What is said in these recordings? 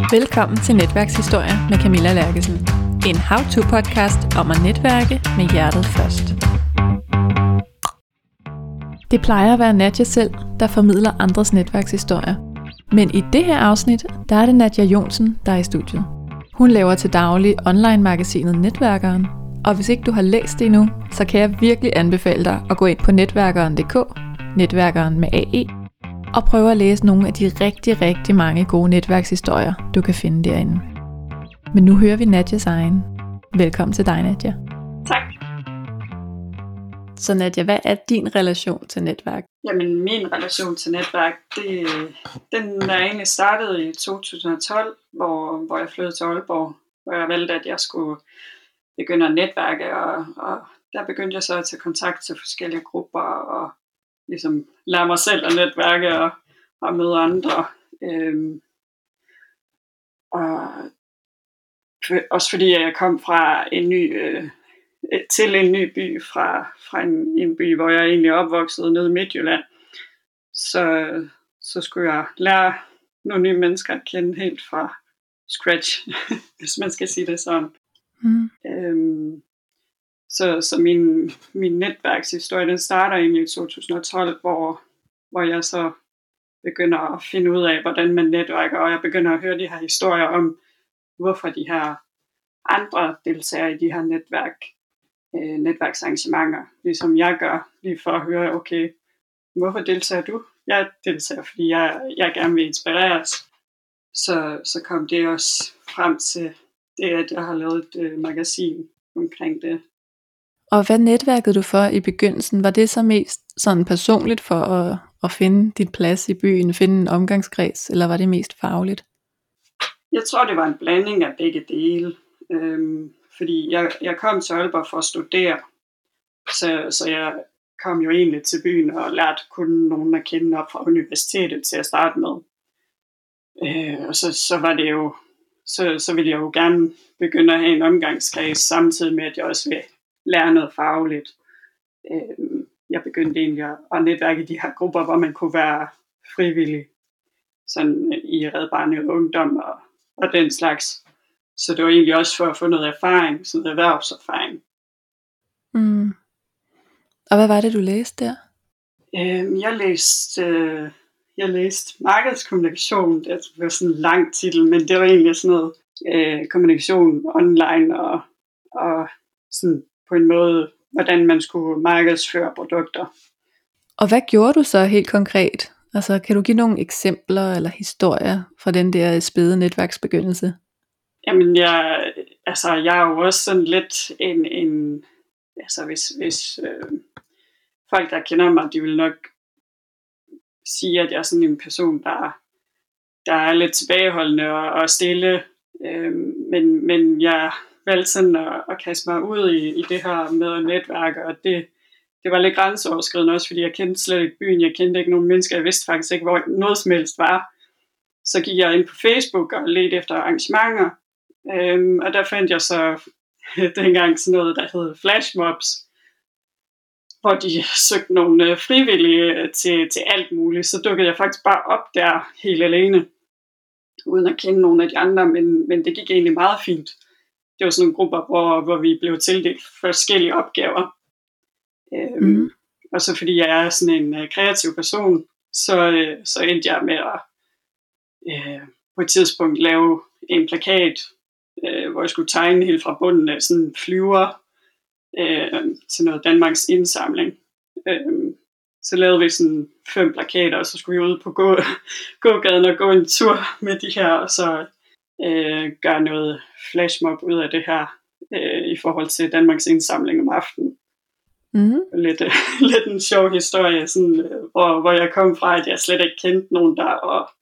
Velkommen til Netværkshistorier med Camilla Lerkesen. En how-to-podcast om at netværke med hjertet først. Det plejer at være Nadja selv, der formidler andres netværkshistorier. Men i det her afsnit, der er det Nadja Jonsen, der er i studiet. Hun laver til daglig online-magasinet Netværkeren. Og hvis ikke du har læst det endnu, så kan jeg virkelig anbefale dig at gå ind på netværkeren.dk, netværkeren med AE, og prøve at læse nogle af de rigtig mange gode netværkshistorier, du kan finde derinde. Men nu hører vi Nadjas egen. Velkommen til dig, Nadja. Tak. Så Nadja, hvad er din relation til netværk? Jamen, min relation til netværk, den er egentlig startet i 2012, hvor jeg flyttede til Aalborg, hvor jeg valgte, at jeg skulle begynde at netværke, og der begyndte jeg så at tage kontakt til forskellige grupper, og ligesom lære mig selv at netværke og møde andre. Og også fordi jeg kom fra til en ny by, fra en by, hvor jeg egentlig er opvokset nede i Midtjylland. Så skulle jeg lære nogle nye mennesker at kende helt fra scratch, hvis man skal sige det sådan. Så min netværkshistorie, den starter egentlig i 2012, hvor jeg så begynder at finde ud af, hvordan man netværker, og jeg begynder at høre de her historier om, hvorfor de her andre deltager i de her netværksarrangementer, ligesom jeg gør, lige for at høre, okay, hvorfor deltager du? Jeg deltager, fordi jeg gerne vil inspireres. Så kom det også frem til det, at jeg har lavet et magasin omkring det. Og hvad netværkede du for i begyndelsen? Var det så mest sådan personligt for at finde dit plads i byen, finde en omgangskreds, eller var det mest fagligt? Jeg tror, det var en blanding af begge dele. Fordi jeg kom til Aalborg for at studere, så jeg kom jo egentlig til byen og lærte kun nogen at kende op fra universitetet til at starte med. Og så var det jo, så ville jeg jo gerne begynde at have en omgangskreds, samtidig med, at jeg også vil lære noget fagligt. Jeg begyndte egentlig at netværke i de her grupper, hvor man kunne være frivillig, sådan i Red Barnet Ungdom og den slags. Så det var egentlig også for at få noget erfaring, sådan noget erhvervserfaring. Og hvad var det, du læste der? Jeg læste markedskommunikation. Det var sådan en lang titel, men det var egentlig sådan noget kommunikation online og sådan på en måde, hvordan man skulle markedsføre produkter. Og hvad gjorde du så helt konkret? Altså, kan du give nogle eksempler eller historier fra den der spæde netværksbegyndelse? Jamen, jeg er jo også sådan lidt altså hvis folk, der kender mig, de vil nok sige, at jeg er sådan en person, der er lidt tilbageholdende og stille. Men jeg valgte sådan at kaste mig ud i det her med at netværke, og det var lidt grænseoverskridende også, fordi jeg kendte slet ikke byen, jeg kendte ikke nogen mennesker, jeg vidste faktisk ikke, hvor noget som helst var. Så gik jeg ind på Facebook og ledte efter arrangementer, og der fandt jeg så dengang sådan noget, der hed flashmobs, hvor de søgte nogle frivillige til alt muligt. Så dukkede jeg faktisk bare op der helt alene, uden at kende nogen af de andre, men det gik egentlig meget fint. Det var sådan nogle grupper, hvor vi blev tildelt forskellige opgaver. Og så fordi jeg er sådan en kreativ person, så endte jeg med at på et tidspunkt lave en plakat, hvor jeg skulle tegne helt fra bunden af sådan en flyver til noget Danmarks indsamling. Så lavede vi sådan 5 plakater, og så skulle vi ud på gågaden og gå en tur med de her, og så gøre noget flashmob ud af det her i forhold til Danmarks indsamling om aftenen. Lidt en sjov historie, sådan, hvor jeg kom fra, at jeg slet ikke kendte nogen der, og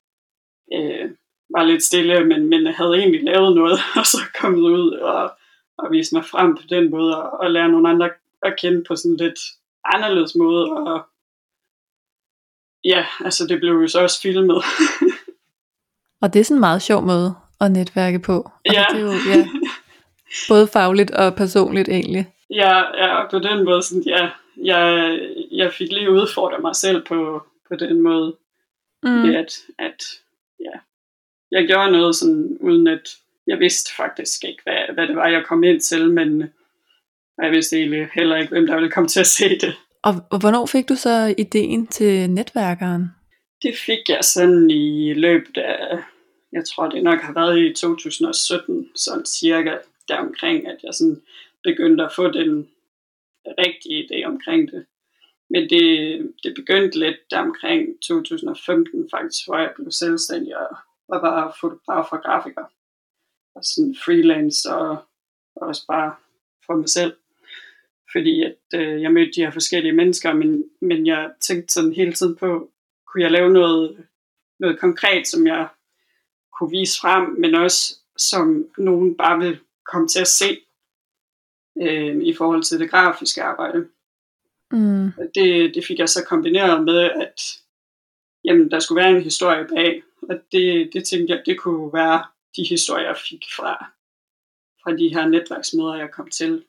var lidt stille, men havde egentlig lavet noget, og så kommet ud og vise mig frem på den måde, og lære nogle andre at kende på sådan lidt anderledes måde, og ja, altså det blev jo så også filmet. Og det er sådan en meget sjov måde at netværke på. Altså, Ja. det er jo, både fagligt og personligt egentlig. Ja, på den måde, sådan, jeg fik lige udfordret mig selv på den måde, at jeg gjorde noget sådan, uden at jeg vidste faktisk ikke, hvad det var, jeg kom ind til, men jeg vidste egentlig heller ikke, hvem der ville komme til at se det. Og hvornår fik du så ideen til netværkeren? Det fik jeg sådan i løbet af, jeg tror det nok har været i 2017, sådan cirka deromkring, at jeg sådan begyndte at få den rigtige idé omkring det. Men det begyndte lidt deromkring 2015 faktisk, hvor jeg blev selvstændig og var bare fotograf og grafiker. Og sådan freelance og også bare for mig selv. Fordi at jeg mødte de her forskellige mennesker, men jeg tænkte sådan hele tiden på, kunne jeg lave noget konkret, som jeg kunne vise frem, men også som nogen bare vil komme til at se i forhold til det grafiske arbejde. Mm. Det fik jeg så kombineret med, at jamen, der skulle være en historie bag, og det tænkte jeg, det kunne være de historier, jeg fik fra de her netværksmøder, jeg kom til.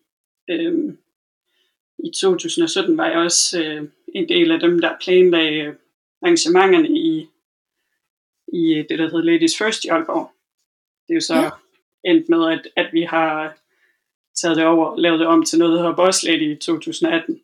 I 2017 var jeg også en del af dem, der planlagde arrangementerne i det, der hedder Ladies First i Aalborg. Det er jo så endt med, at vi har taget det over og lavet det om til noget, der hedder Boss Lady i 2018.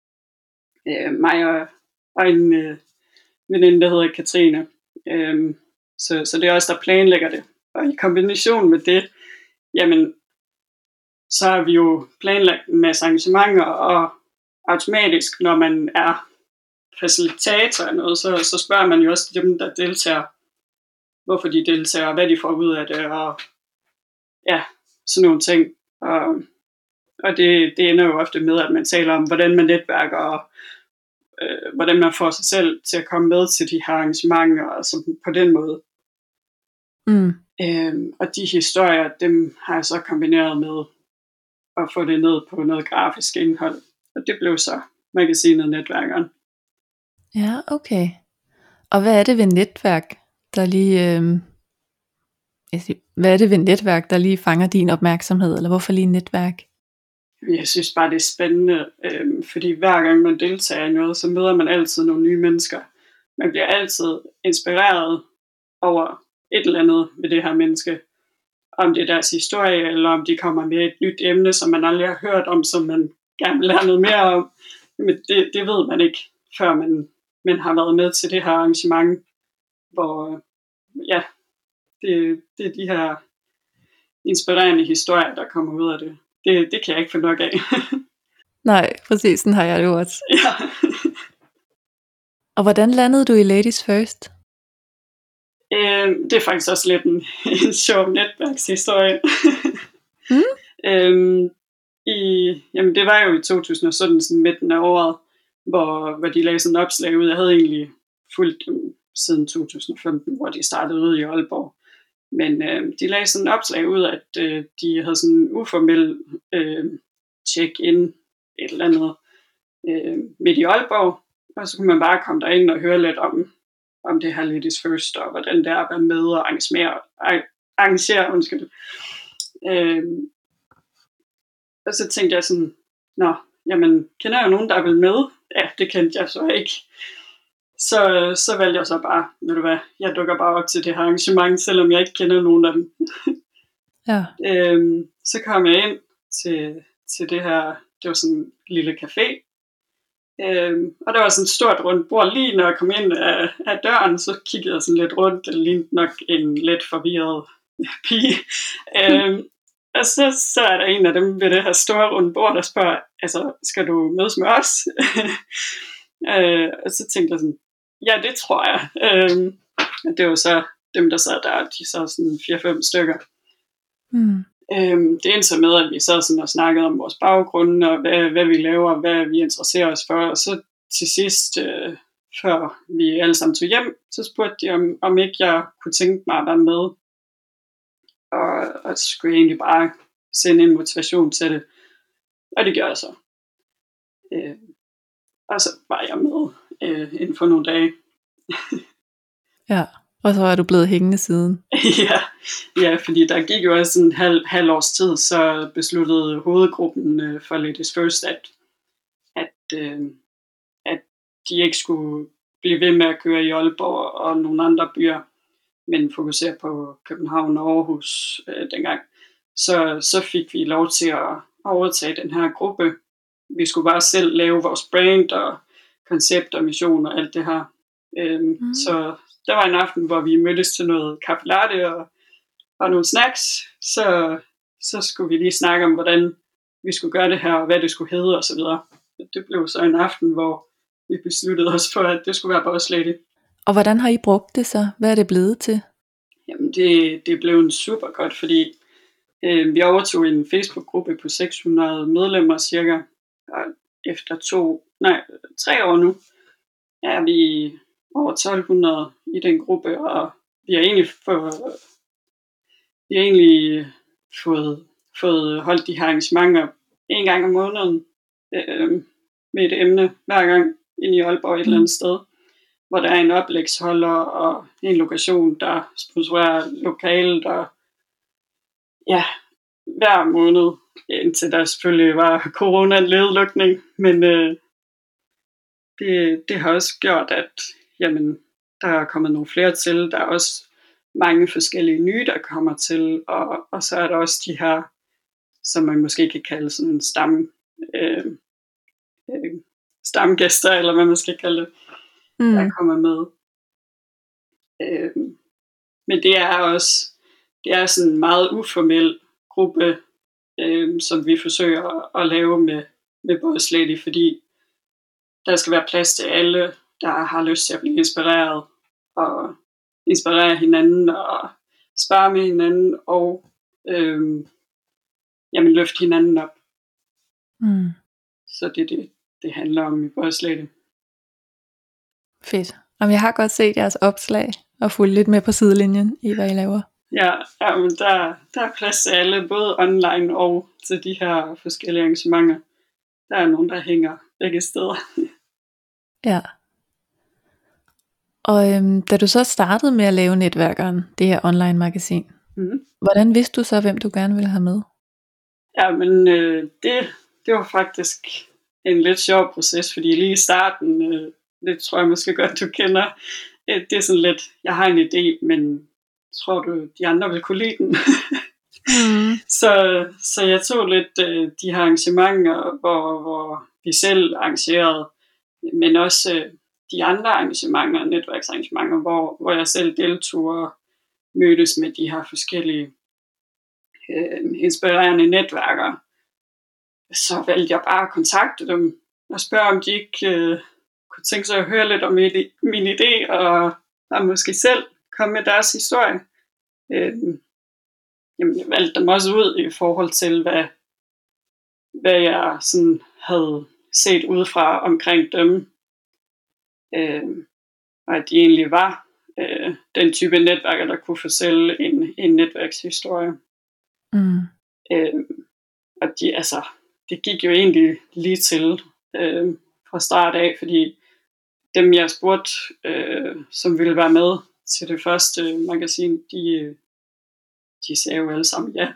Mig og en veninde, der hedder Katrine. Så det er også der planlægger det. Og i kombination med det, jamen, så har vi jo planlagt en masse arrangementer, og automatisk, når man er facilitator eller noget, så spørger man jo også dem, der deltager, hvorfor de deltager, og hvad de får ud af det, og ja, sådan nogle ting. Og det ender jo ofte med, at man taler om, hvordan man netværker, og hvordan man får sig selv til at komme med til de her arrangementer, og så på den måde. Mm. Og de historier, dem har jeg så kombineret med at få det ned på noget grafisk indhold. Og det blev så magasinet Netværkeren. Ja, okay. Og hvad er det ved netværk, der lige... hvad er det ved netværk, der lige fanger din opmærksomhed? Eller hvorfor lige netværk? Jeg synes bare, det er spændende. Fordi hver gang man deltager i noget, så møder man altid nogle nye mennesker. Man bliver altid inspireret over et eller andet ved det her menneske. Om det er deres historie, eller om de kommer med et nyt emne, som man aldrig har hørt om, som man gerne vil lære noget mere om. Men det ved man ikke, før man har været med til det her arrangement, hvor ja, det er de her inspirerende historier, der kommer ud af det. Det kan jeg ikke få nok af. Nej, præcis, sådan har jeg det jo også. Ja. Og hvordan landede du i Ladies First? Det er faktisk også lidt en sjov netværkshistorie. Jamen det var jo i 2017, sådan midten af året, hvor de lagde sådan en opslag ud. Jeg havde egentlig fulgt dem siden 2015, hvor de startede ude i Aalborg. Men de lagde sådan en opslag ud, at de havde sådan en uformel check-in et eller andet midt i Aalborg. Og så kunne man bare komme derind og høre lidt om det her Ladies First, og hvordan det er at være med og arrangere. Og så tænkte jeg sådan, jamen, kender jeg nogen, der vil med? Ja, det kendte jeg så ikke. Så valgte jeg så bare, ved du hvad, jeg dukker bare op til det her arrangement, selvom jeg ikke kender nogen af dem. Ja. Så kom jeg ind til det her, det var sådan en lille café. Og der var sådan et stort rundt bord. Lige når jeg kom ind af døren, så kiggede jeg sådan lidt rundt. Det lignede nok en lidt forvirret pige. Og så er der en af dem ved det her store rundt bord, der spørger, altså, skal du mødes med os? Og så tænkte jeg sådan, ja, det tror jeg. Det var så dem, der sad der, de sad sådan 4-5 stykker. Det endte så med, at vi sad sådan og snakkede om vores baggrund, og hvad vi laver, og hvad vi interesserer os for. Og så til sidst, før vi alle sammen tog hjem, så spurgte de, om ikke jeg kunne tænke mig at være med. Og så skulle jeg egentlig bare sende en motivation til det. Og det gjorde jeg så. Og så var jeg med inden for nogle dage. Ja, og så er du blevet hængende siden. Ja, fordi der gik jo også en halv års tid, så besluttede hovedgruppen for Ladies First, at de ikke skulle blive ved med at køre i Aalborg og nogle andre byer, men fokuserer på København og Aarhus dengang. Så fik vi lov til at overtage den her gruppe. Vi skulle bare selv lave vores brand og koncept og mission og alt det her. Så der var en aften, hvor vi mødtes til noget kaffe latte og nogle snacks. Så skulle vi lige snakke om, hvordan vi skulle gøre det her, og hvad det skulle hedde og så videre. Det blev så en aften, hvor vi besluttede os for, at det skulle være Boss Lady. Og hvordan har I brugt det så? Hvad er det blevet til? Jamen det blev en super godt, fordi vi overtog en Facebook-gruppe på 600 medlemmer cirka, og efter 3 år nu er vi over 1200 i den gruppe, og vi har egentlig fået holdt de her arrangementer en gang om måneden med et emne hver gang inde i Aalborg et eller andet sted, hvor der er en oplægsholder og en lokation, der sponsorerer lokalet, og ja, hver måned, indtil der selvfølgelig var corona-nedlukning, men det har også gjort, at jamen, der er kommet nogle flere til. Der er også mange forskellige nye, der kommer til, og så er der også de her, som man måske kan kalde sådan en stamgæster, eller hvad man skal kalde det, der kommer med. Men det er sådan en meget uformel gruppe, som vi forsøger at lave med Boss Lady, fordi der skal være plads til alle, der har lyst til at blive inspireret, og inspirere hinanden, og spare med hinanden, og løfte hinanden op. Så det er det handler om i Boss Lady. Fedt. Og jeg har godt set jeres opslag, og fulgt lidt med på sidelinjen i, hvad I laver. Ja, men der er plads til alle, både online og til de her forskellige arrangementer. Der er nogen, der hænger begge steder. Ja. Og da du så startede med at lave Netværkeren, det her online magasin, hvordan vidste du så, hvem du gerne ville have med? Ja, men det var faktisk en lidt sjov proces, fordi lige i starten, det tror jeg måske godt, du kender, det er sådan lidt, jeg har en idé, men tror du, de andre vil kunne lide den? Så jeg tog lidt de her arrangementer, hvor vi selv arrangerede, men også de andre arrangementer, netværksarrangementer, hvor jeg selv deltog og mødtes med de her forskellige inspirerende netværkere. Så valgte jeg bare at kontakte dem og spørge, om de ikke kunne tænke sig at høre lidt om min idé, og måske selv komme med deres historie. Jeg valgte dem også ud i forhold til, hvad jeg sådan havde set udefra omkring dem. Og at de egentlig var den type netværker, der kunne fortælle en netværkshistorie. Og det gik jo egentlig lige til fra start af, fordi dem jeg spurgte, som ville være med til det første magasin, de sagde jo alle sammen ja.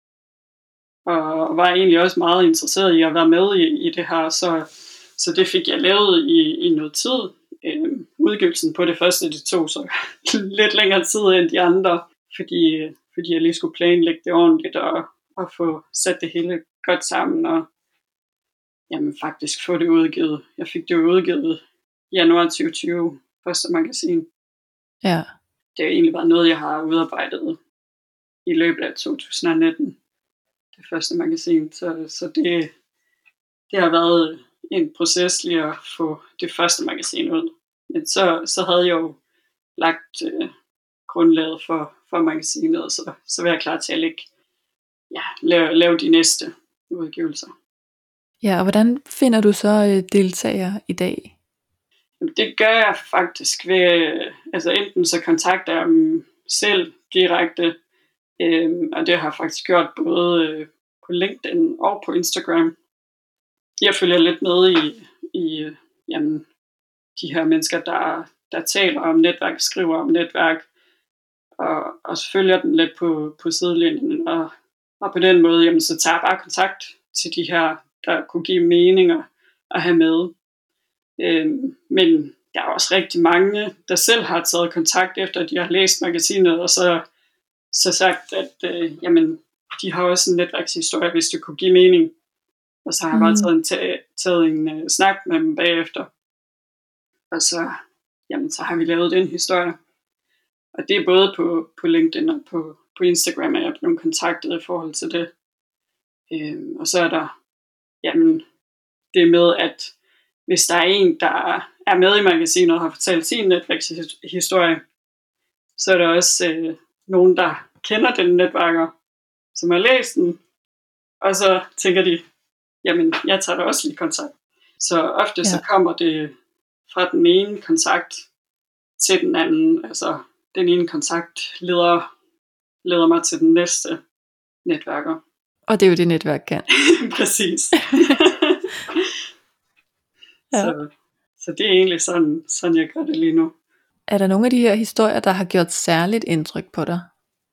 Og var egentlig også meget interesseret i at være med i det her, så det fik jeg lavet i noget tid. Udgivelsen på det første, det tog så lidt længere tid end de andre, fordi jeg lige skulle planlægge det ordentligt og få sat det hele godt sammen og faktisk få det udgivet. Jeg fik det udgivet i januar 2020, første magasin. Ja. Det har egentlig været noget, jeg har udarbejdet i løbet af 2019, det første magasin. Så det har været en proces lige at få det første magasin ud. Men så havde jeg jo lagt grundlaget for magasinet, og så var jeg klar til at lave de næste udgivelser. Ja, og hvordan finder du så deltagere i dag? Det gør jeg faktisk ved, enten så kontakter jeg dem selv direkte, og det har jeg faktisk gjort både på LinkedIn og på Instagram. Jeg følger lidt med i de her mennesker, der taler om netværk, skriver om netværk, og så følger den lidt på sidelinjen, og på den måde, så tager jeg bare kontakt til de her, der kunne give meninger at have med. Men der er også rigtig mange, der selv har taget kontakt efter, at de har læst magasinet, og så sagt, at jamen, de har også en netværkshistorie, hvis det kunne give mening. Og så har jeg bare taget en snak med dem bagefter. Og så har vi lavet den historie. Og det er både på LinkedIn og på Instagram, at jeg er blevet kontaktet i forhold til det. Og så er der det med, at hvis der er en, der er med i magasinet og har fortalt sin netværkshistorie, så er der også nogen, der kender den netværker, som har læst den, og så tænker de, jamen, jeg tager da også lige kontakt. Så ofte så kommer det fra den ene kontakt til den anden. Altså, den ene kontakt leder mig til den næste netværker. Og det er jo det, netværk kan. Præcis. Så det er egentlig sådan, jeg gør det lige nu. Er der nogle af de her historier, der har gjort særligt indtryk på dig?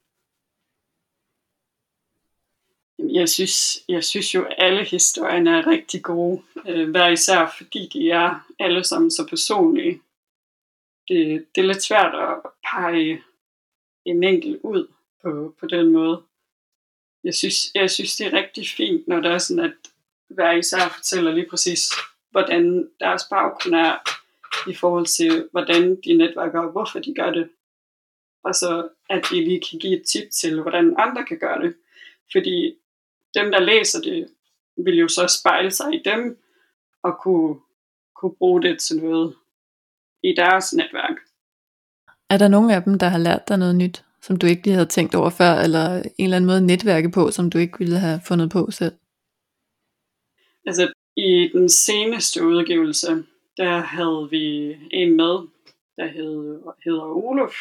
Jeg synes jo, at alle historierne er rigtig gode. Hver især, fordi de er alle sammen så personlige. Det er lidt svært at pege en enkelt ud på den måde. Jeg synes, det er rigtig fint, når der er sådan, at hver især fortæller lige præcis, hvordan deres baggrund er, i forhold til, hvordan de netværker, og hvorfor de gør det. Og så, at de lige kan give et tip til, hvordan andre kan gøre det. Fordi dem, der læser det, vil jo så spejle sig i dem, og kunne bruge det til noget i deres netværk. Er der nogen af dem, der har lært dig noget nyt, som du ikke lige havde tænkt over før, eller en eller anden måde netværke på, som du ikke ville have fundet på selv? Altså, i den seneste udgivelse, der havde vi en med, der hedder Olof.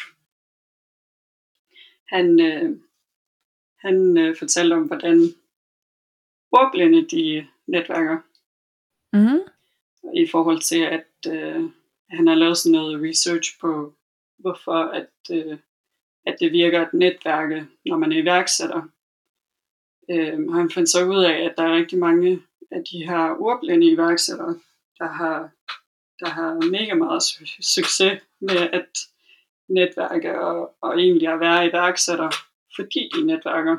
Han fortalte om, hvordan ordblinde de netværker. Mm-hmm. I forhold til, at han har lavet sådan noget research på, hvorfor at det virker at netværke, når man er iværksætter. Han fandt så ud af, at der er rigtig mange af de her ordblinde iværksættere, der har mega meget succes med at netværke og egentlig at være iværksætter, fordi de netværker.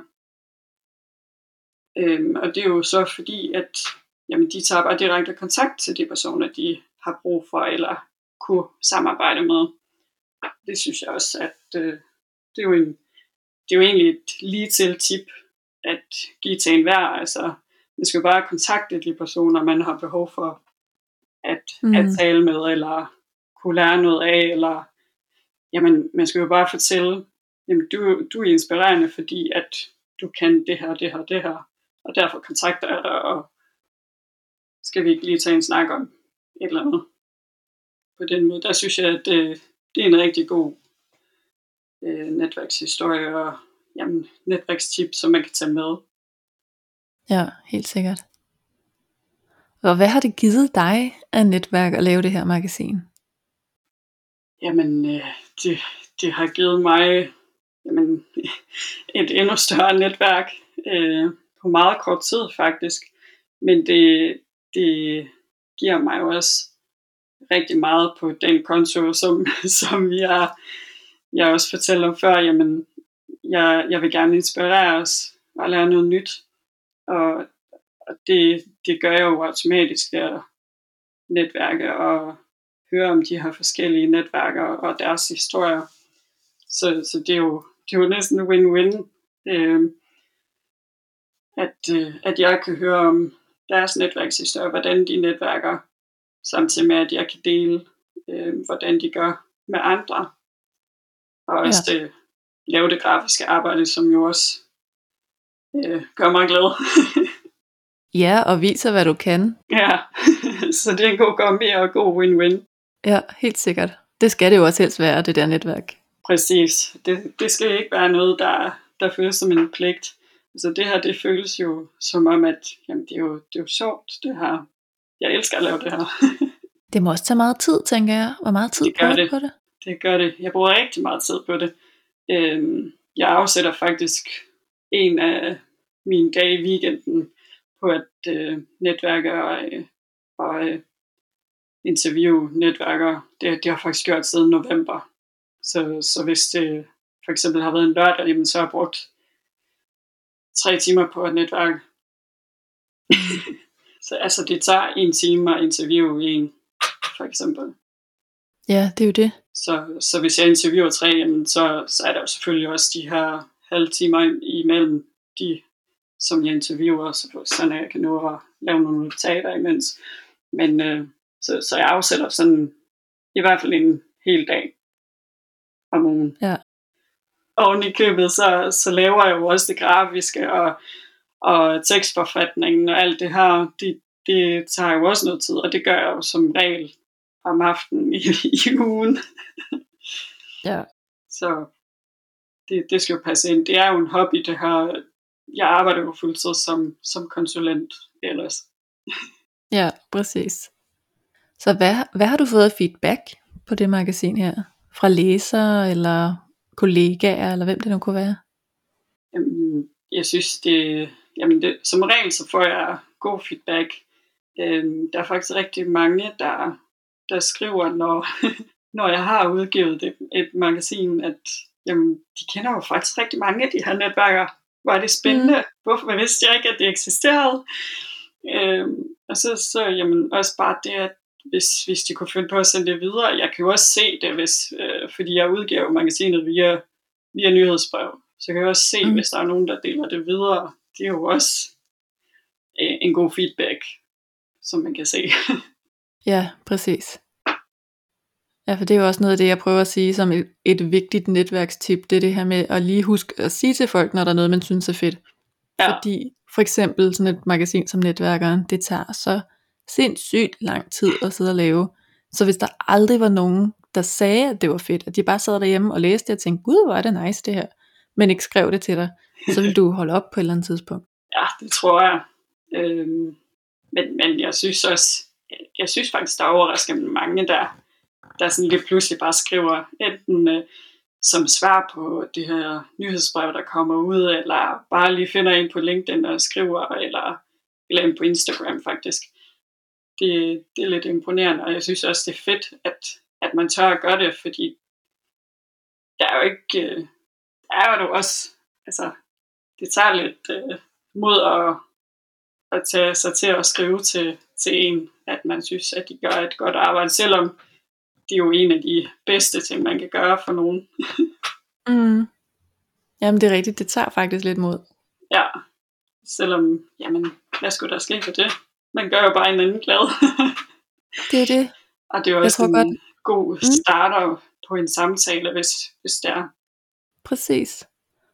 Og det er jo så fordi, at de tager bare direkte kontakt til de personer, de har brug for eller kunne samarbejde med. Det synes jeg også, at det er jo egentlig et lige til tip at give til enhver. Altså, man skal bare kontakte de personer, man har behov for at tale med, eller kunne lære noget af, eller man skal jo bare fortælle, jamen du er inspirerende, fordi at du kan det her, det her, det her, og derfor kontakter jeg dig, og skal vi ikke lige tage en snak om et eller andet. På den måde, der synes jeg, at det er en rigtig god netværkshistorie og netværkstip, som man kan tage med. Ja, helt sikkert. Og hvad har det givet dig af netværk at lave det her magasin? Jamen, det har givet mig et endnu større netværk på meget kort tid faktisk. Men det giver mig jo også rigtig meget på den konto, som jeg også fortalte om før. Jamen, jeg vil gerne inspirere os og lære noget nyt. Og det gør jeg jo automatisk ved at netværke og høre om de her forskellige netværker og deres historier. Så det er jo næsten win-win, at jeg kan høre om deres netværkshistorie, hvordan de netværker, samtidig med at jeg kan dele, hvordan de gør med andre. Og også lave det grafiske arbejde, som jo også gør mig glad. Ja, og viser hvad du kan. Ja, så det er en god kombi og god win-win. Ja, helt sikkert. Det skal det jo også helst være, det der netværk. Præcis. Det skal ikke være noget, der føles som en pligt. Altså det her, det føles jo som om, at det er jo sjovt, det her. Jeg elsker at lave det her. Det må også tage meget tid, tænker jeg. Hvor meget tid bruger du på det? Det gør det. Jeg bruger rigtig meget tid på det. Jeg afsætter faktisk en af mine dage i weekenden på at netværke og interview netværkere. Det har jeg faktisk gjort siden november. Så hvis det for eksempel har været en lørdag, jamen, så har jeg brugt 3 timer på et netværk. Så altså, det tager 1 time at interviewe en, for eksempel. Ja, det er jo det. Så hvis jeg interviewer 3, jamen, så er der jo selvfølgelig også de her halve timer imellem de, som jeg interviewer, så jeg kan nå at lave nogle notater imens. Men så jeg afsætter sådan i hvert fald en hel dag om ugen. Ja. Og i købet, så laver jeg jo også det grafiske og tekstforfatningen og alt det her. Det tager jo også noget tid, og det gør jeg jo som regel om aftenen i ugen. Ja. Så det skal jo passe ind. Det er jo en hobby, det her. Jeg arbejder jo fuldtid som konsulent ellers. Ja, præcis. Så hvad har du fået af feedback på det magasin her? Fra læsere, eller kollegaer, eller hvem det nu kunne være? Jeg synes, det som regel så får jeg god feedback. Der er faktisk rigtig mange, der skriver, når jeg har udgivet et magasin, at jamen, de kender jo faktisk rigtig mange af de her netværker. Hvor er det spændende. Hvorfor vidste jeg ikke, at det eksisterede? Og så jamen, også bare det, at hvis de kunne finde på at sende det videre. Jeg kan jo også se det, fordi jeg udgiver magasinet via nyhedsbrev. Så kan jeg også se, hvis der er nogen, der deler det videre. Det er jo også en god feedback, som man kan se. Ja, præcis. Ja, for det er jo også noget af det, jeg prøver at sige som et vigtigt netværkstip. Det er det her med at lige huske at sige til folk, når der er noget, man synes er fedt. Ja. Fordi for eksempel sådan et magasin som Netværkeren, det tager så sindssygt lang tid at sidde og lave. Så hvis der aldrig var nogen, der sagde, at det var fedt, at de bare sad derhjemme og læste det og tænkte, gud, hvor er det nice det her, men ikke skrev det til dig, så vil du holde op på et eller andet tidspunkt. Ja, det tror jeg. Men jeg synes faktisk, der er overraskende mange, der sådan lige pludselig bare skriver enten som svar på det her nyhedsbrev, der kommer ud, eller bare lige finder en på LinkedIn og skriver, eller en på Instagram faktisk. Det er lidt imponerende, og jeg synes også, det er fedt, at man tør at gøre det, fordi der er jo ikke, der er jo også, altså, det tager lidt mod at tage sig til at skrive til en, at man synes, at de gør et godt arbejde, selvom det er jo en af de bedste ting, man kan gøre for nogen. Jamen det er rigtigt, det tager faktisk lidt mod. Ja, selvom, jamen, hvad skulle der ske for det? Man gør jo bare en anden glad. Det er det. Og det er jo også en god starter på en samtale, hvis det er. Præcis.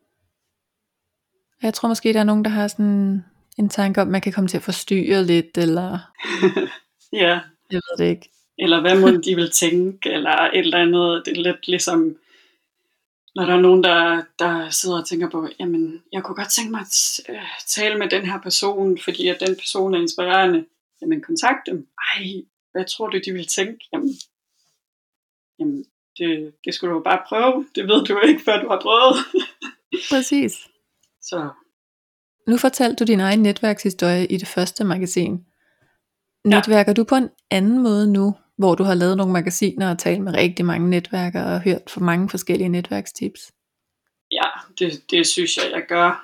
Jeg tror måske, der er nogen, der har sådan en tanke om, at man kan komme til at forstyrre lidt, eller... Ja. Jeg ved det ikke. Eller hvad må de vil tænke, eller et eller andet. Det er lidt ligesom, når der er nogen, der sidder og tænker på, jamen, jeg kunne godt tænke mig at tale med den her person, fordi at den person er inspirerende. Jamen, kontakt dem. Ej, hvad tror du, de vil tænke? Jamen det skulle du jo bare prøve. Det ved du ikke, før du har prøvet. Præcis. Så. Nu fortalte du din egen netværkshistorie i det første magasin. Netværker du på en anden måde nu, hvor du har lavet nogle magasiner og talt med rigtig mange netværkere og hørt for mange forskellige netværkstips? Ja, det synes jeg gør.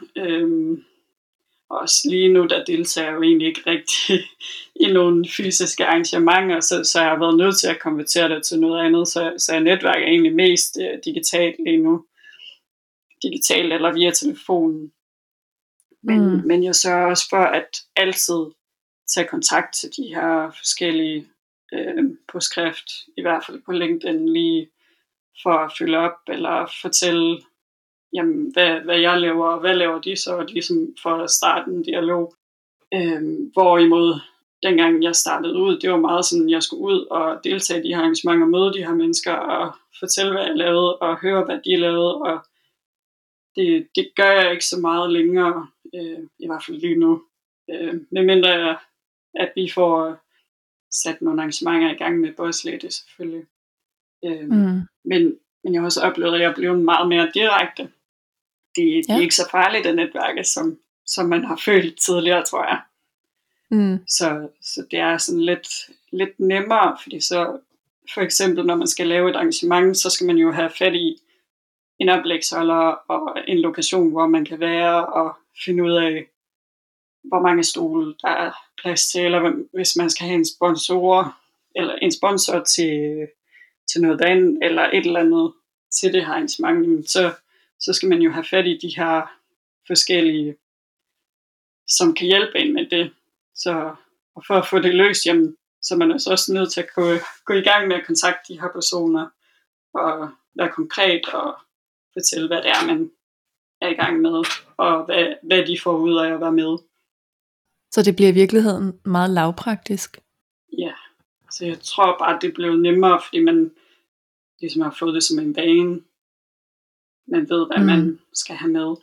Også lige nu, der deltager jeg jo egentlig ikke rigtig i nogle fysiske arrangementer, så jeg har været nødt til at konvertere det til noget andet, så jeg netværker egentlig mest digitalt lige nu. Digitalt eller via telefonen. Men jeg sørger også for at altid tage kontakt til de her forskellige på skrift, i hvert fald på LinkedIn, lige for at følge op eller fortælle, jamen, hvad jeg laver, og hvad laver de så, ligesom for at starte en dialog. Hvorimod, dengang jeg startede ud, det var meget sådan, jeg skulle ud og deltage i de her arrangementer, møde de her mennesker, og fortælle, hvad jeg lavede, og høre, hvad de lavede, og det gør jeg ikke så meget længere, i hvert fald lige nu. Medmindre at vi får sat nogle arrangementer i gang med Bosslady selvfølgelig. Men jeg har også oplevet, at jeg er blevet meget mere direkte. Det er ikke så farligt at netværke, som man har følt tidligere, tror jeg. Så det er sådan lidt nemmere, fordi så for eksempel, når man skal lave et arrangement, så skal man jo have fat i en oplægsholder og en lokation, hvor man kan være og finde ud af, hvor mange stole der er plads til, eller hvis man skal have en sponsor til noget vand, eller et eller andet til det her arrangement, så skal man jo have fat i de her forskellige, som kan hjælpe en med det. Så og for at få det løst, jamen, så er man også nødt til at gå i gang med at kontakte de her personer, og være konkret og fortælle, hvad det er, man er i gang med, og hvad de får ud af at være med. Så det bliver i virkeligheden meget lavpraktisk? Ja, så jeg tror bare, det blev nemmere, fordi man ligesom har fået det som en vane. Man ved, hvad man skal have med.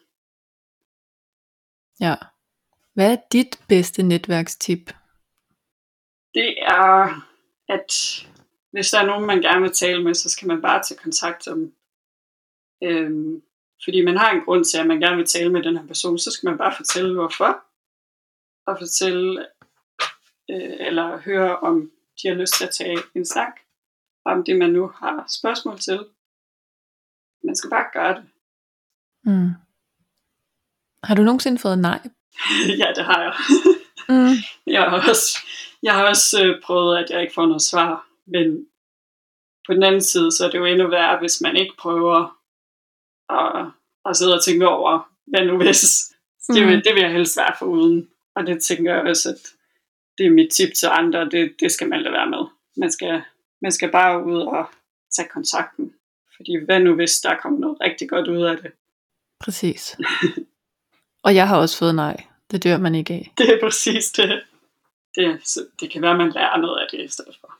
Ja. Hvad er dit bedste netværkstip? Det er, at hvis der er nogen, man gerne vil tale med, så skal man bare tage kontakt om. Fordi man har en grund til, at man gerne vil tale med den her person, så skal man bare fortælle, hvorfor. Og fortælle, eller høre, om de har lyst til at tage en snak om det, man nu har spørgsmål til. Man skal bare gøre det. Har du nogensinde fået nej? Ja, det har jeg. Jeg har også prøvet, at jeg ikke får noget svar. Men på den anden side, så er det jo endnu værre, hvis man ikke prøver at sidde og tænke over, hvad nu hvis. Det vil jeg helst være foruden. Og det tænker jeg også, at det er mit tip til andre. Det skal man lade være med. Man skal bare ud og tage kontakten. Fordi hvad nu hvis der kommer noget rigtig godt ud af det. Præcis. Og jeg har også fået nej. Det dør man ikke af. Det er præcis det. Det kan være, at man lærer noget af det i stedet for.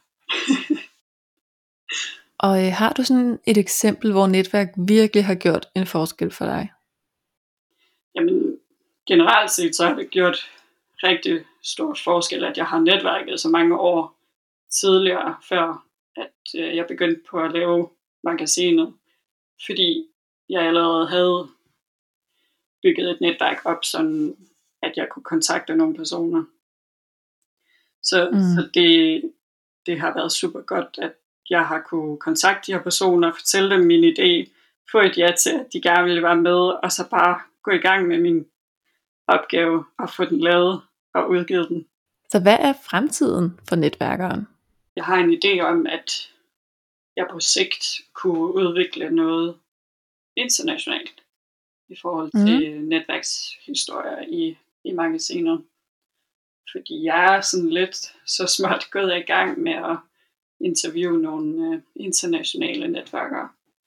Og har du sådan et eksempel, hvor netværk virkelig har gjort en forskel for dig? Jamen, generelt set, så har det gjort rigtig stor forskel, at jeg har netværket så mange år tidligere, før at jeg begyndte på at lave magasinet. Fordi jeg allerede havde bygget et netværk op, sådan at jeg kunne kontakte nogle personer. Så det har været super godt, at jeg har kunne kontakte de her personer, fortælle dem min idé, få et ja til, at de gerne ville være med, og så bare gå i gang med min opgave og få den lavet og udgivet den. Så hvad er fremtiden for netværkeren? Jeg har en idé om, at jeg på sigt kunne udvikle noget internationalt i forhold til netværkshistorier i magasiner. Fordi jeg er sådan lidt så småt gået i gang med at interviewe nogle internationale netværkere.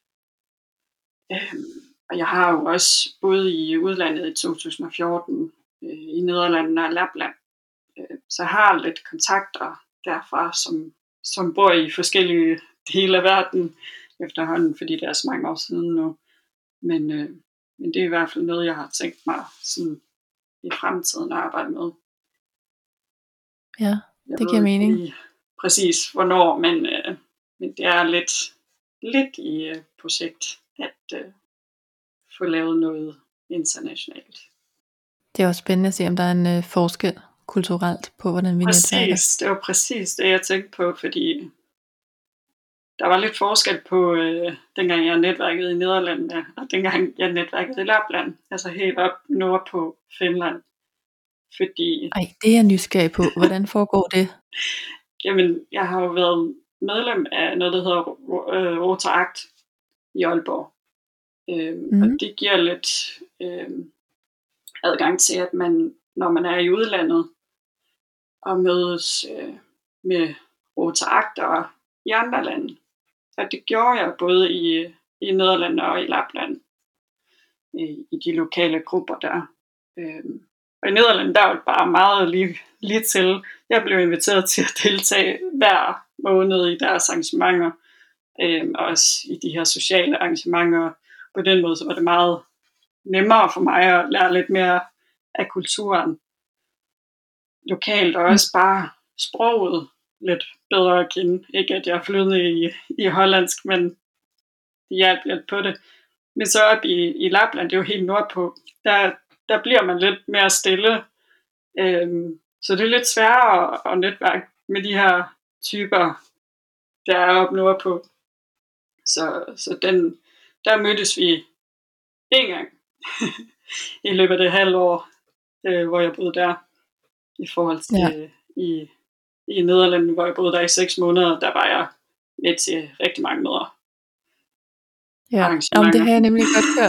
Og jeg har jo også boet i udlandet i 2014 i Nederlandene og Lapland. Så jeg har lidt kontakter derfra, som bor i forskellige dele af verden efterhånden, fordi det er så mange år siden nu. Men det er i hvert fald noget, jeg har tænkt mig sådan i fremtiden at arbejde med. Ja, det giver mening. Præcis hvornår, men det er lidt i projekt at få lavet noget internationalt. Det er også spændende at se, om der er en forskel kulturelt på, hvordan vi netværker. Præcis, det var præcis det, jeg tænkte på, fordi der var lidt forskel på, dengang jeg netværkede i Nederlandene, og dengang jeg netværkede i Lapland, altså helt op nord på Finland. Fordi... Ej, det er jeg nysgerrig på. Hvordan foregår det? Jamen, jeg har jo været medlem af noget, der hedder Rotarakt i Aalborg. Og det giver lidt adgang til, at man, når man er i udlandet og mødes med Rotaragtere i andre lande. Og det gjorde jeg både i Nederland og i Lapland, i de lokale grupper der. Og i Nederland, der var det bare meget lige til. Jeg blev inviteret til at deltage hver måned i deres arrangementer, også i de her sociale arrangementer. På den måde så var det meget nemmere for mig at lære lidt mere af kulturen lokalt, og også bare sproget lidt bedre at kende. Ikke at jeg er flyttet i hollandsk, men det hjalp lidt på det. Men så op i Lapland, det er jo helt nordpå, der bliver man lidt mere stille. Så det er lidt sværere at netværke med de her typer, der er oppe nordpå. Så der mødtes vi en gang i løbet af det halve år, hvor jeg boede der. I forhold til i Nederlandene, hvor jeg boede der i 6 måneder, der var jeg med til rigtig mange møder. Ja, det har jeg nemlig godt hørt.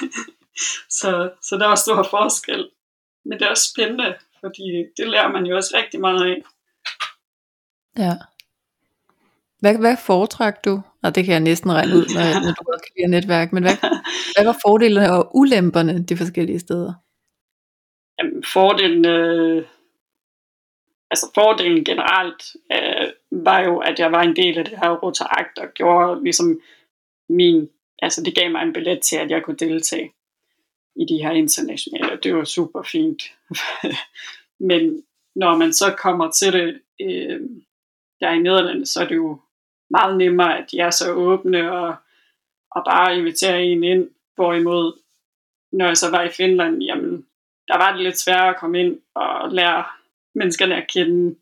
så der var stor forskel. Men det er også spændende, fordi det lærer man jo også rigtig meget af. Ja. Hvad foretrak du? Og det kan jeg næsten regne ud, når du godt kan lide netværk. Men hvad var fordelene og ulemperne de forskellige steder? Jamen, fordelen generelt var jo, at jeg var en del af det her Rotaract, og gjorde ligesom det gav mig en billet til, at jeg kunne deltage i de her internationale. Det var super fint. Men når man så kommer til det der i Nederlandene, så er det jo meget nemmere, at de er så åbne og bare inviterer en ind. Hvorimod, når jeg så var i Finland, jamen, der var det lidt sværere at komme ind og lære menneskerne at kende.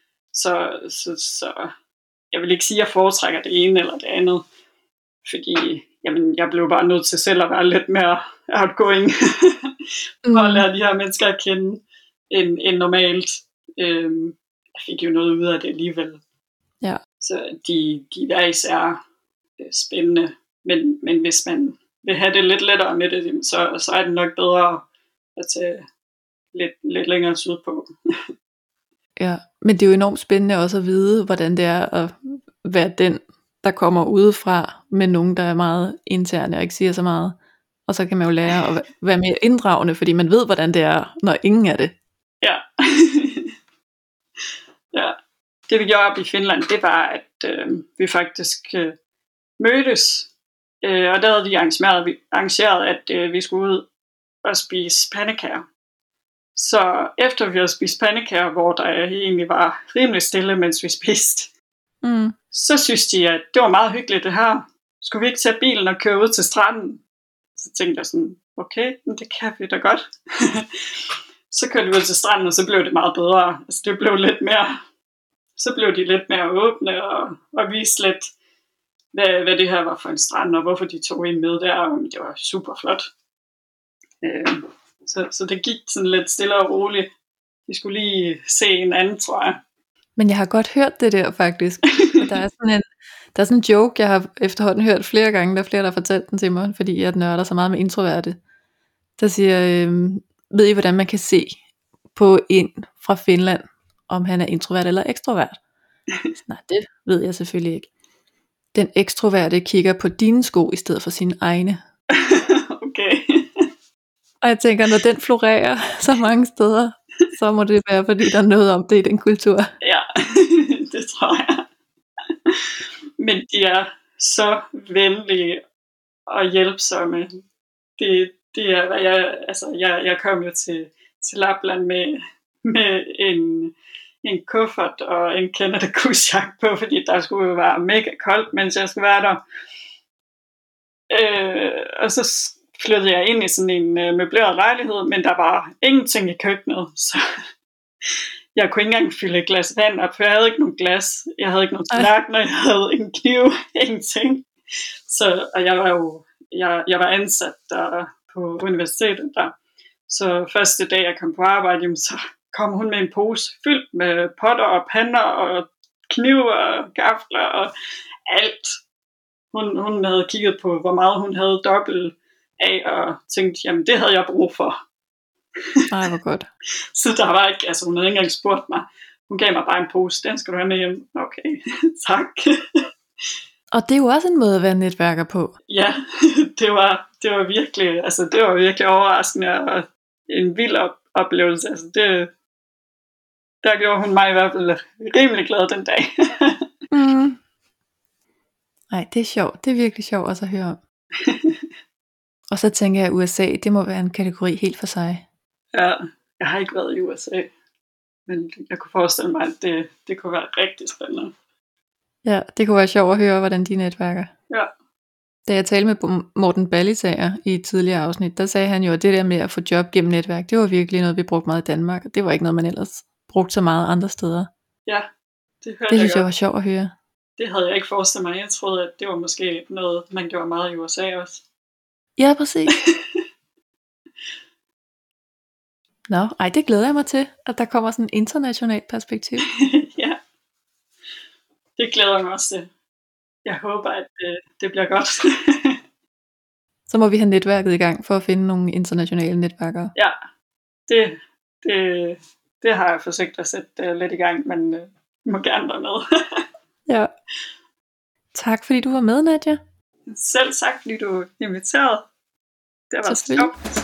Så jeg vil ikke sige, at jeg foretrækker det ene eller det andet. Fordi jeg blev bare nødt til selv at være lidt mere outgoing for at lære de her mennesker at kende end normalt. Jeg fik jo noget ud af det alligevel. Ja. Så de er især spændende. Men hvis man vil have det lidt lettere med det, så er det nok bedre at tage lidt længere sydpå. Ja, men det er jo enormt spændende også at vide, hvordan det er at være den, der kommer udefra med nogen, der er meget interne og ikke siger så meget. Og så kan man jo lære at være mere inddragende, fordi man ved, hvordan det er, når ingen er det. Ja. Ja. Det vi gjorde op i Finland, det var, at vi faktisk mødtes. Og der havde de arrangeret, at vi skulle ud og spise pandekager. Så efter vi havde spist pandekager, hvor der egentlig var rimelig stille, mens vi spiste, så synes de, at det var meget hyggeligt det her. Skulle vi ikke tage bilen og køre ud til stranden? Så tænkte jeg sådan, okay, men det kan vi da godt. Så kørte vi ud til stranden, og så blev det meget bedre. Altså det blev lidt mere, så blev de lidt mere åbne og viste lidt, hvad det her var for en strand, og hvorfor de tog en med der, og det var super flot. Så det gik sådan lidt stille og roligt. Vi skulle lige se en anden, tror jeg. Men jeg har godt hørt det der faktisk. Der er sådan en joke, jeg har efterhånden hørt flere gange. Der er flere, der har fortalt den til mig, fordi jeg nørder så meget med introverte. Der siger, ved I hvordan man kan se på en fra Finland, om han er introvert eller ekstrovert? Nej, det ved jeg selvfølgelig ikke. Den ekstroverte kigger på dine sko i stedet for sine egne. Okay. Og jeg tænker, når den florerer så mange steder, så må det være, fordi der er noget om det i den kultur. Ja, det tror jeg. Men de er så venlige og hjælpsomme. Det er, hvad jeg kom jo til Lapland med en kuffert og en Canada Goose-jakke på, fordi der skulle jo være mega koldt, mens jeg skulle være der. Og så flyttede jeg ind i sådan en møbleret lejlighed, men der var ingenting i køkkenet, så jeg kunne ikke engang fylde et glas vand op, for jeg havde ikke nogen glas, jeg havde ikke nogen tallerkener, jeg havde ingen kniv, ingenting. Og jeg var ansat der på universitetet der, så første dag jeg kom på arbejde, så kom hun med en pose fyldt med potter og pander og kniv og gafler og alt. Hun havde kigget på, hvor meget hun havde dobbelt af, og tænkte, jamen det havde jeg brug for. Nej, hvor godt. Så der var ikke, hun havde ikke engang spurgt mig. Hun gav mig bare en pose, den skal du have med hjem. Okay, tak. Og det er jo også en måde at være netværker på. Ja, det var virkelig, det var virkelig overraskende, og en vild oplevelse. Der gjorde hun mig i hvert fald rimelig glad den dag. Nej, det er sjovt. Det er virkelig sjovt også at høre om. Og så tænker jeg, at USA, det må være en kategori helt for sig. Ja, jeg har ikke været i USA, men jeg kunne forestille mig, at det kunne være rigtig spændende. Ja, det kunne være sjovt at høre, hvordan de netværker. Ja. Da jeg talte med Morten Ballisager i et tidligere afsnit, der sagde han jo, at det der med at få job gennem netværk, det var virkelig noget, vi brugte meget i Danmark, og det var ikke noget, man ellers brugt så meget andre steder. Ja, det hørte Det jeg synes jeg godt. var sjovt at høre. Det havde jeg ikke forestillet mig. Jeg troede, at det var måske noget, man gjorde meget i USA også. Ja, præcis. Nå, det glæder jeg mig til, at der kommer sådan et internationalt perspektiv. Ja, det glæder jeg mig også til. Jeg håber, at det bliver godt. Så må vi have netværket i gang for at finde nogle internationale netværkere. Ja, det har jeg forsøgt at sætte lidt i gang, men må gerne være med. Ja. Tak fordi du var med, Nadia. Selv tak, fordi du inviterede. Det var Selvfølgelig. sjovt.